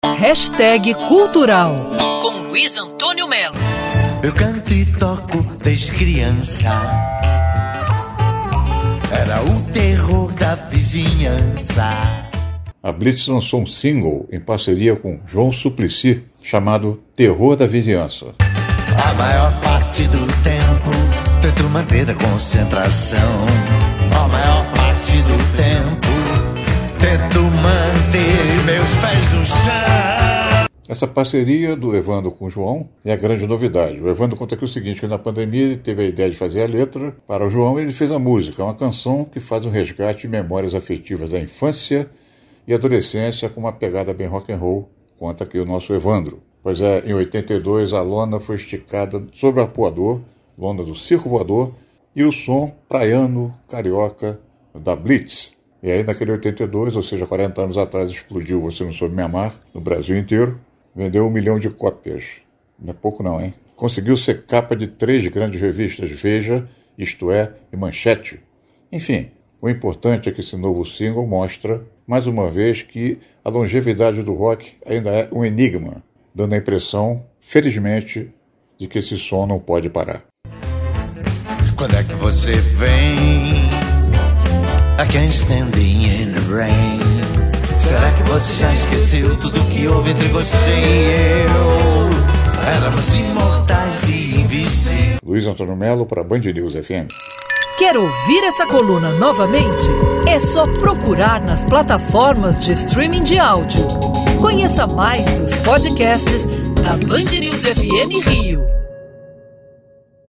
#cultural com Luiz Antônio Melo. Eu canto e toco desde criança. Era o terror da vizinhança. A Blitz lançou um single em parceria com João Suplicy, chamado Terror da Vizinhança. A maior parte do tempo tento manter a concentração. A maior parte do tempo tento manter meus pés no chão. Essa parceria do Evandro com o João é a grande novidade. O Evandro conta aqui o seguinte, que na pandemia ele teve a ideia de fazer a letra. Para o João ele fez a música, uma canção que faz um resgate de memórias afetivas da infância e adolescência com uma pegada bem rock and roll, conta aqui o nosso Evandro. Pois é, em 82 a lona foi esticada sobre o arpoador, lona do Circo Voador, e o som praiano, carioca da Blitz. E aí naquele 82, ou seja, 40 anos atrás, explodiu Você Não Soube Me Amar no Brasil inteiro. Vendeu 1 milhão de cópias. Não é pouco não, hein? Conseguiu ser capa de 3 grandes revistas, Veja, Isto É e Manchete. Enfim, o importante é que esse novo single mostra, mais uma vez, que a longevidade do rock ainda é um enigma, dando a impressão, felizmente, de que esse som não pode parar. Quando é que você vem? I can't stand in the rain. Será que você já esqueceu tudo que houve entre você e eu? Éramos imortais e invisíveis. Luiz Antônio Melo para Band News FM. Quer ouvir essa coluna novamente? É só procurar nas plataformas de streaming de áudio. Conheça mais dos podcasts da Band News FM Rio.